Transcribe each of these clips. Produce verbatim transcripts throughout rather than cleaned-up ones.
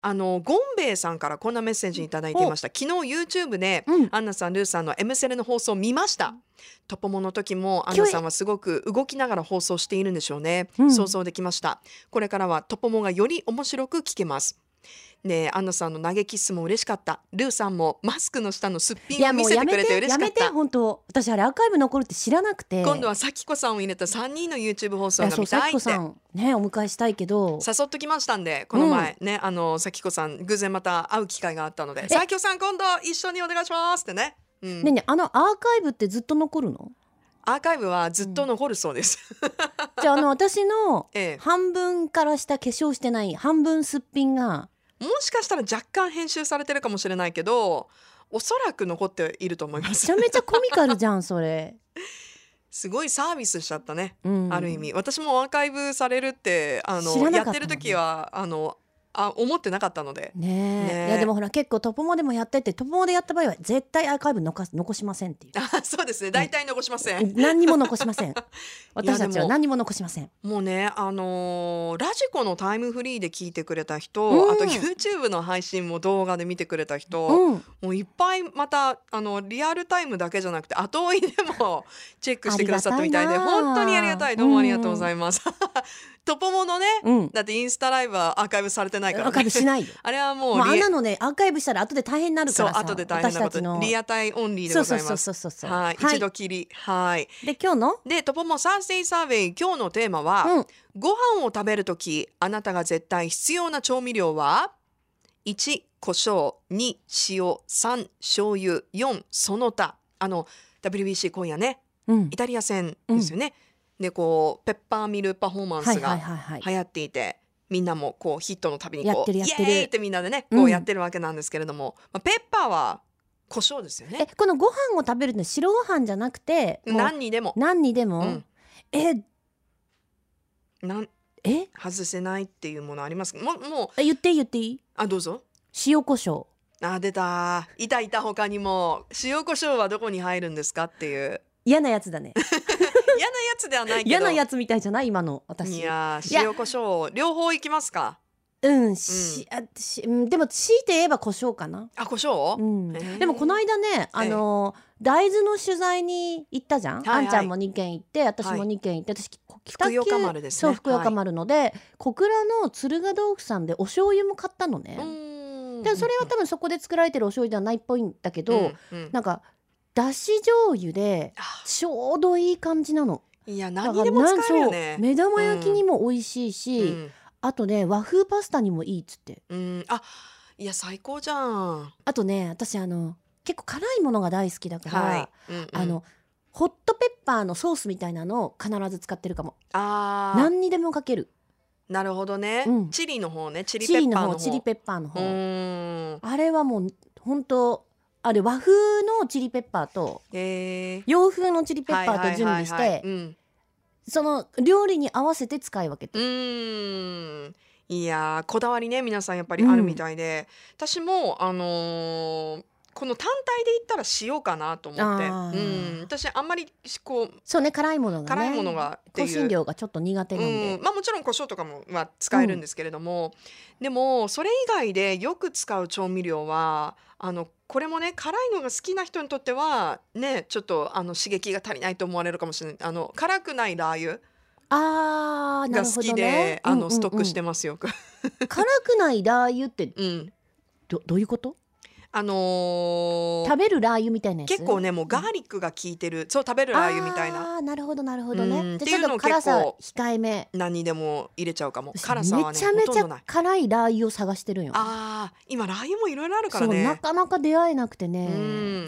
あのゴンベイさんからこんなメッセージいただいていました。昨日 YouTube で、 うんアンナさんルーさんの エムセレの放送を見ました。トポモの時もアンナさんはすごく動きながら放送しているんでしょうね、 うん、 想像できました。これからはトポモがより面白く聞けます。ねえ、アンナさんの投げキッスも嬉しかった。ルーさんもマスクの下のすっぴんを見せてくれて嬉しかった。 やめてやめて本当。私あれアーカイブ残るって知らなくて。 今度はさきこさんを入れたさんにんの YouTube 放送が見たいって。 さきこさんねお迎えしたいけど誘っときましたんで、この前、うん、ねあのさきこさん偶然また会う機会があったので、さきこさん今度一緒にお願いしますってね、うん、 ねえねえ、あのアーカイブってずっと残るの？ アーカイブはずっと残るそうです、 うん、じゃああの私のええ、 半分から下化粧してない半分すっぴんがもしかしたら若干編集されてるかもしれないけど、おそらく残っていると思います。 めちゃめちゃコミカルじゃんそれすごいサービスしちゃったね、 うん、 ある意味。私もアーカイブされるってあのやってる時はあのあ思ってなかったのでねえ、 ねえ。 いやでもほら結構トポモでもやってて、トポモでやった場合は絶対アーカイブ残す残しませんっていう。 あ、そうですね、大体残しません、 うん、何にも残しません私たちは何にも残しません。 もうね、あのー、ラジコのタイムフリーで聞いてくれた人、 うん、 あと YouTube の配信も動画で見てくれた人、 うん、 もういっぱいまたあのリアルタイムだけじゃなくて後追いでもチェックしてくださったみたいで本当にありがたい。どうもありがとうございます、うん、トポモのね、うん、だってインスタライブはアーカイブされてないからね。 アーカイブしないよあれはもう、 まあ、あんなのねアーカイブしたら後で大変になるからさ。 そう後で大変なこと、リアタイオンリーでございます。 そうそうそうそうそう、 はい、 はい、 一度きり。はいで今日のでトポモサースデイサーベイ、今日のテーマは、うん、ご飯を食べるときあなたが絶対必要な調味料は？いち胡椒、に塩、さん醤油、よんその他。あの ダブリュービーシー 今夜ね、うん、イタリア戦ですよね、うん、でこうペッパーミルパフォーマンスが流行っていて、はいはいはいはい、みんなもこうヒットのたびにこうイエーイってみんなでねこうやってるわけなんですけれども、うん、まあ、ペッパーは胡椒ですよね。 えこのご飯を食べるの白ご飯じゃなくて何にでも何にでも、うん、えなんえ外せないっていうものありますか？ももう言っていい言っていい？あどうぞ。 塩コショウ。 あ出たいたいた。他にも塩コショウはどこに入るんですかっていう嫌なやつだね嫌なやつではないけど嫌なやつみたいじゃない今の私。 いや塩コショウ両方いきますか？ うん、し、うん、あしでも強いて言えば胡椒かな。 あ胡椒、 うん、でもこの間ねあの大豆の取材に行ったじゃん、はいはい、あんちゃんもにけん行って私もにけん行って、はい、私北九福岡丸ですね。 そう福岡丸ので、はい、小倉の敦賀豆腐さんでお醤油も買ったのね。でそれは多分そこで作られてるお醤油ではないっぽいんだけど、うんうん、なんかだし醤油でちょうどいい感じなの。 いや何にでも使えるよね。 目玉焼きにも美味しいし、うん、あとね和風パスタにもいいっつって、 うん、あいや最高じゃん。 あとね私あの結構辛いものが大好きだから、はいうんうん、あのホットペッパーのソースみたいなのを必ず使ってるかも。 あ何にでもかける。 なるほどね、うん、チリの方ねチリペッパーの方チリペッパーの方あれはもう本当あれ和風のチリペッパーと洋風のチリペッパーと準備してその料理に合わせて使い分けて。 うーんいやこだわりね皆さんやっぱりあるみたいで、うん、私もあのーこの単体で言ったら塩かなと思って、うん、私あんまりこうそうね辛いものがね辛いものがっていう香辛料がちょっと苦手なんで、 うんまあ、もちろん胡椒とかもは使えるんですけれども、うん、でもそれ以外でよく使う調味料はあのこれもね辛いのが好きな人にとってはねちょっとあの刺激が足りないと思われるかもしれない。あの辛くないラー油あーなるほど、ね、 が好きであのストックしてますよく辛くないラー油って、 うん、 ど, どういうこと？ あのー、 食べるラー油みたいなやつ結構ねもうガーリックが効いてる、うん、そう食べるラー油みたいな。 あーなるほどなるほどね、うん、 っていうのを辛さ控えめ何にでも入れちゃうかも。辛さはねめちゃめちゃ辛いラー油を探してるんよ。 あー今ラー油もいろいろあるからね。 そうなかなか出会えなくてね、うん、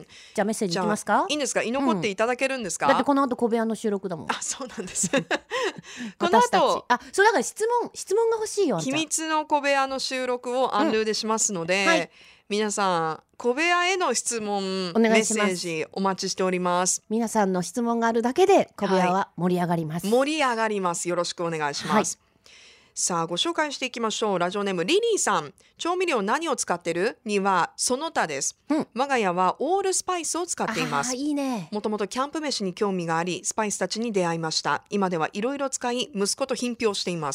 じゃあメッセージいきますか？ いいんですか？居残っていただけるんですか？ うん、だってこの後小部屋の収録だもん。 あそうなんですこの後あそうだから質問質問が欲しいよ。 秘密の小部屋の収録をアンルーでしますので、うんはい皆さん小部屋への質問メッセージお待ちしております。 皆さんの質問があるだけで小部屋は盛り上がります、 はい、盛り上がります。よろしくお願いします、はい、さあご紹介していきましょう。ラジオネームリリーさん。調味料何を使ってるにはその他です、うん、我が家はオールスパイスを使っています。 いいね。 もともとキャンプ飯に興味がありスパイスたちに出会いました。今ではいろいろ使い息子と品評していますと。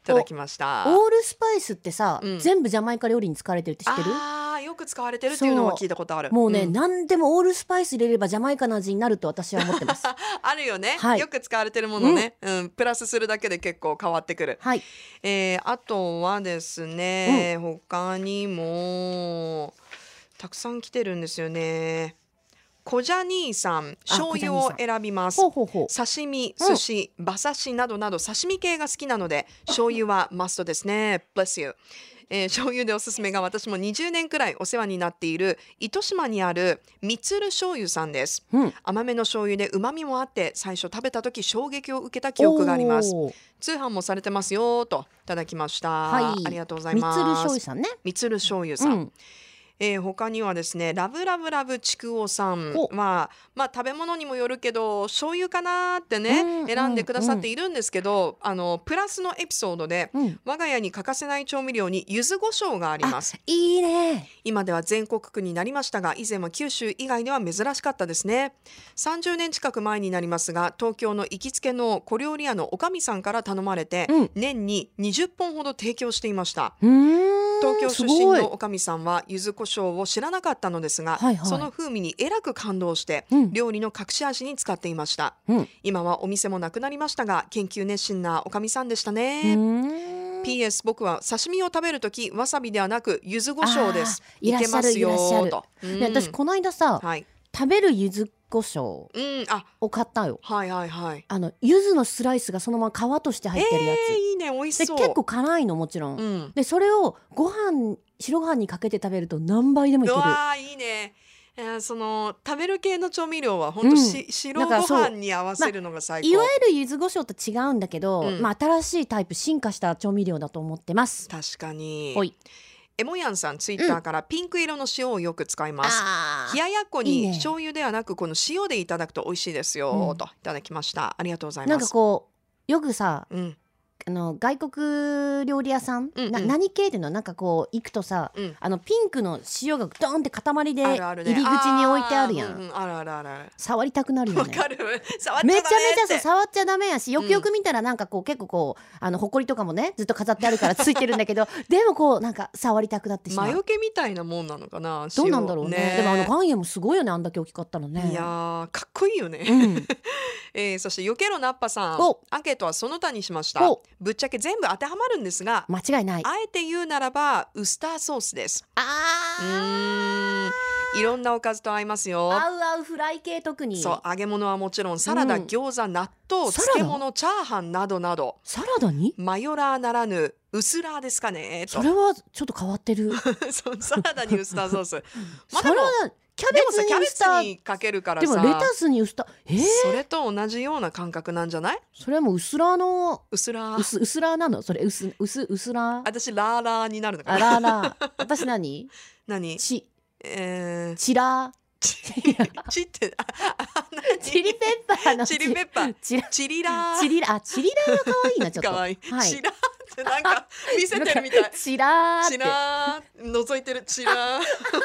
ただきました。 オールスパイスってさ、 うん、 全部ジャマイカ料理に使われてるって知ってる？ あー、よく使われてるっていうのは聞いたことある。 もうね、 うん、 何でもオールスパイス入れればジャマイカの味になると私は思ってますあるよね、 はい、 よく使われてるものね、うんうん、プラスするだけで結構変わってくる、 はい、 えー、あとはですね、うん、他にもたくさん来てるんですよね。コジャ兄さん、醤油を選びます。 ほうほうほう。 刺身、寿司、馬刺しなどなど刺身系が好きなので醤油はマストですね。Bless you。えー、醤油でおすすめが私もにじゅうねんくらいお世話になっている糸島にあるみつる醤油さんです、うん、甘めの醤油で旨味もあって最初食べた時衝撃を受けた記憶があります。通販もされてますよといただきました、はい、ありがとうございます。 みつる醤油さんね。 みつる醤油さん、うん、えー、他にはですね、ラブラブラブちくおさんは、まあ、食べ物にもよるけど醤油かなってね、うん、選んでくださっているんですけど、うん、あのプラスのエピソードで、うん、我が家に欠かせない調味料に柚子胡椒があります。 いいね。 今では全国区になりましたが以前は九州以外では珍しかったですね。さんじゅうねん近く前になりますが東京の行きつけの小料理屋のおかみさんから頼まれて、うん、年ににじゅっぽんほど提供していました。うーん、東京出身のおかみさんは柚子胡椒を知らなかったのですが、はいはい、その風味にえらく感動して、うん、料理の隠し味に使っていました、うん、今はお店もなくなりましたが研究熱心なおかみさんでしたね。ピーエス 僕は刺身を食べるときわさびではなく柚子胡椒です。いけますよと、うん、 私この間さ、はい、食べる柚子胡椒を買ったよ、 うん、あ、はいはいはい、 あの柚子のスライスがそのまま皮として入ってるやつ、 えー、いいね、美味しそう。 で結構辛いのもちろん、うん、でそれをご飯白ご飯にかけて食べると何倍でもいける。 うわー、いいね。えー、その食べる系の調味料は本当、うん、白ご飯に合わせるのが最高、 まあ、いわゆる柚子胡椒と違うんだけど、うん、まあ、新しいタイプ進化した調味料だと思ってます。 確かに。 ほい。 エモヤンさんツイッターからピンク色の塩をよく使います、うん、冷ややっこに醤油ではなくこの塩でいただくと美味しいですよ、うん、といただきました。ありがとうございます。 なんかこうよくさ、うん、あの外国料理屋さん、うんうん、な何系っていうのはなんかこう行くとさ、うん、あのピンクの塩がドーンって塊で入り口に置いてあるやん。あるあるね。あるあるあるある。触りたくなるよね。 わかる。触っちゃダメって。めちゃめちゃそう、触っちゃダメやし、よくよく見たらなんかこう結構こうあのほこりとかもねずっと飾ってあるからついてるんだけどでもこうなんか触りたくなってしまう。 魔除けみたいなもんなのかな。 どうなんだろうね。ね、でもあの岩塩もすごいよね、あんだけ大きかったのね。 いやーかっこいいよね、うん、えー、そしてよけろなっぱさん、アンケートはその他にしました。ぶっちゃけ全部当てはまるんですが間違いない。 あえて言うならばウスターソースです。あー、いろんなおかずと合いますよ。 合う合う。フライ系特に。 そう、揚げ物はもちろんサラダ、うん、餃子、納豆、漬物、チャーハンなどなど。 サラダにマヨラーならぬウスラーですかねと。 それはちょっと変わってるそう、サラダにウスターソースまあ、サラダキャベツにウスターにかけるからさ。 でもレタスにウスター、えー、 それと同じような感覚なんじゃない？ それはもうウスラーのウスラーウス、ウスラーなのそれ。ウスウスウスラー。 私ラーラーになるのかな。 あラーラー私何何チ、 えー、 チラーチってチリペッパーのチリペッパーチチリラーチリラー、あ、チリラーは可愛いなちょっと。 可愛い、はい、チラーってなんか見せてるみたい。 チラーってチラー覗いてるチラー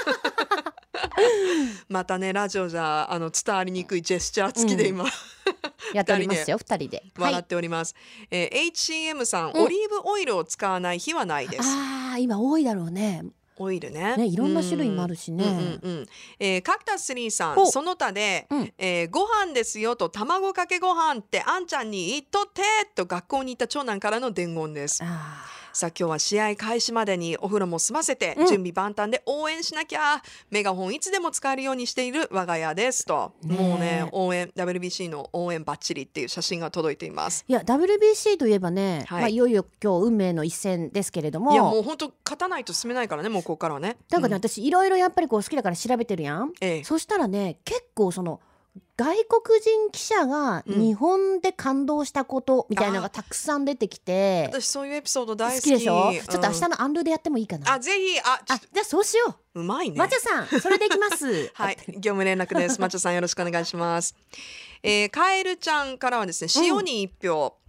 またねラジオじゃあの伝わりにくいジェスチャー付きで今、うん、 やっておりますよふたりで笑っております、はい。えー、エイチシーエム さん、うん、オリーブオイルを使わない日はないです。 あー、今多いだろうね。 オイル ね, ねいろんな種類もあるしね、うんうんうん、えー、カクタススリーさんその他で、うん、えー、ご飯ですよと卵かけご飯ってあんちゃんに言っとってと学校に行った長男からの伝言です。あさあ今日は試合開始までにお風呂も済ませて、うん、準備万端で応援しなきゃメガホンいつでも使えるようにしている我が家ですと、ね、もうね応援 ダブリュービーシー の応援バッチリっていう写真が届いています。 いや ダブリュービーシー といえばね、はい、まあ、いよいよ今日運命の一戦ですけれども、 いやもう本当勝たないと進めないからね、もうここからはね。 なんかね、うん、私いろいろやっぱりこう好きだから調べてるやん、ええ、そしたらね結構その外国人記者が日本で感動したことみたいなのがたくさん出てきて、 うん、私そういうエピソード大好き。 好きでしょ、うん、ちょっと明日のアンルでやってもいいかな。 あ、ぜひ。あ、 あ、じゃあそうしよう。うまいね。 マチャさんそれでいきますはい業務連絡です。マチャさんよろしくお願いします。えー、カエルちゃんからはですね、塩に一票、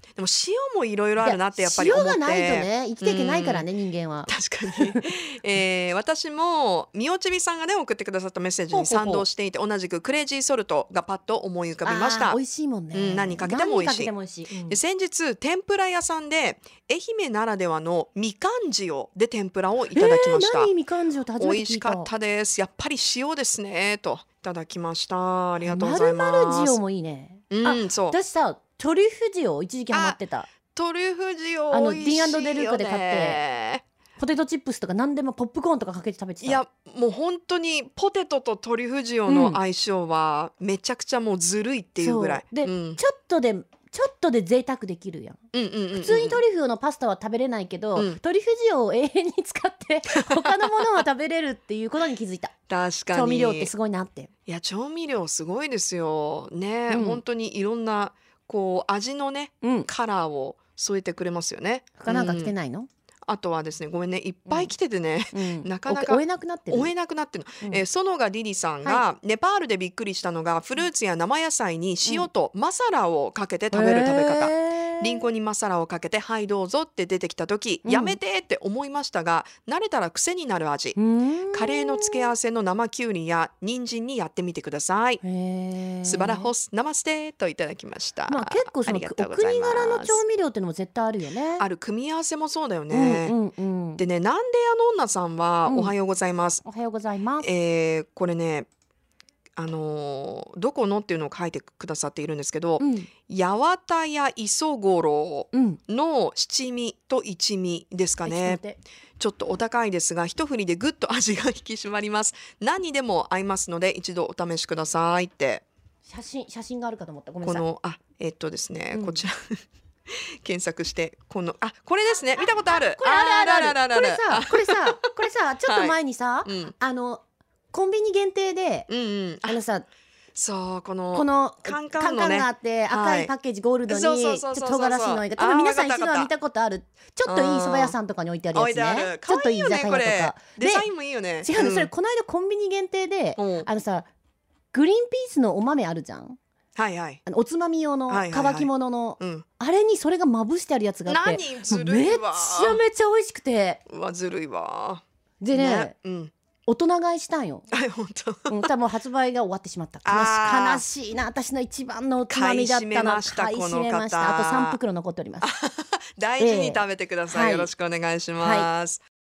でも塩もいろいろあるなってやっぱり思って塩がないとね生きていけないからね、うん、人間は確かに、えー、私もみおちびさんがね送ってくださったメッセージに賛同していて、同じくクレイジーソルトがパッと思い浮かびました。 美味しいもんね、 うん、何かけても美味しい。何かけても美味しい、うん、で先日天ぷら屋さんで愛媛ならではのみかん塩で天ぷらをいただきました。 えー、何みかん塩って初めて聞いた。 美味しかったです。やっぱり塩ですねといただきました。ありがとうございます。 丸々塩もいいね。 うん、 あ、 そう。 私さトリュフ塩一時期ハマってた。 トリュフ塩あの美味しいよね。 ディーアンド デルーカで買ってポテトチップスとか何でもポップコーンとかかけて食べてた。 いやもう本当にポテトとトリュフ塩の相性はめちゃくちゃもうずるいっていうぐらい、 うん、で、 うん、 ちょっとでちょっとで贅沢できるやん、 うんうんうんうん、 普通にトリュフのパスタは食べれないけど、うん、トリュフ塩を永遠に使って他のものは食べれるっていうことに気づいた。 確かに調味料ってすごいなって。 いや調味料すごいですよね、 うん、 本当にいろんなこう味のね、うん、カラーを添えてくれますよね。 他なんか来てないの？うん、 あとはですね、ごめんね、いっぱい来ててね、うん、なかなか追えなくなってる追えなくなってるの、うん、えー、園賀リリさんが、はい、ネパールでびっくりしたのがフルーツや生野菜に塩とマサラをかけて食べる食べ方、うん、リンゴにマサラをかけてはいどうぞって出てきた時、うん、やめてって思いましたが慣れたら癖になる味、うん、カレーの付け合わせの生きゅうりや人参にやってみてください。スバラホスナマステといただきました。 まあ、結構そのお国柄の調味料っていうのも絶対あるよね。 ある組み合わせもそうだよね、うんうんうん、でね、なんでやの女さんは、うん、おはようございます。 おはようございます。 えー、これね、あのー、どこのっていうのを書いてくださっているんですけど、うん、八幡屋磯五郎の七味と一味ですかね、うん、ちょっとお高いですが一振りでぐっと味が引き締まります。何にでも合いますので一度お試しくださいって。 写真写真があるかと思った。ごめんなさい。 このあえー、っとですね、うん、こちら検索してこのあこれですね、見たことある。 これあるあるあるある。これさこれさこれさちょっと前にさ、はい、うん、あのコンビニ限定で、うんうん、あのさそうこのこのカンカンのねカンカンがあって赤いパッケージゴールドにちょっと唐辛子の絵が多分皆さん一度は見たことあるちょっといい蕎麦屋さんとかに置いてあるやつね。ちょっといい居酒屋とかデザインもいいよね。 違うの、それこの間コンビニ限定で、うん、あのさグリーンピースのお豆あるじゃん。 はいはい、 あのおつまみ用の乾き物の、はいはいはい、うん、あれにそれがまぶしてあるやつがあって何ずるいわ、 めちゃめちゃ美味しくて、 うわずるいわで ね, ね、うん、大人買いしたんよ。 本当、 うん、多分発売が終わってしまった。悲し悲しいな。私の一番のおつまみだったの。買い占めました。買い占めました。あとさん袋残っております。 大事に食べてください、えー、よろしくお願いします、はい。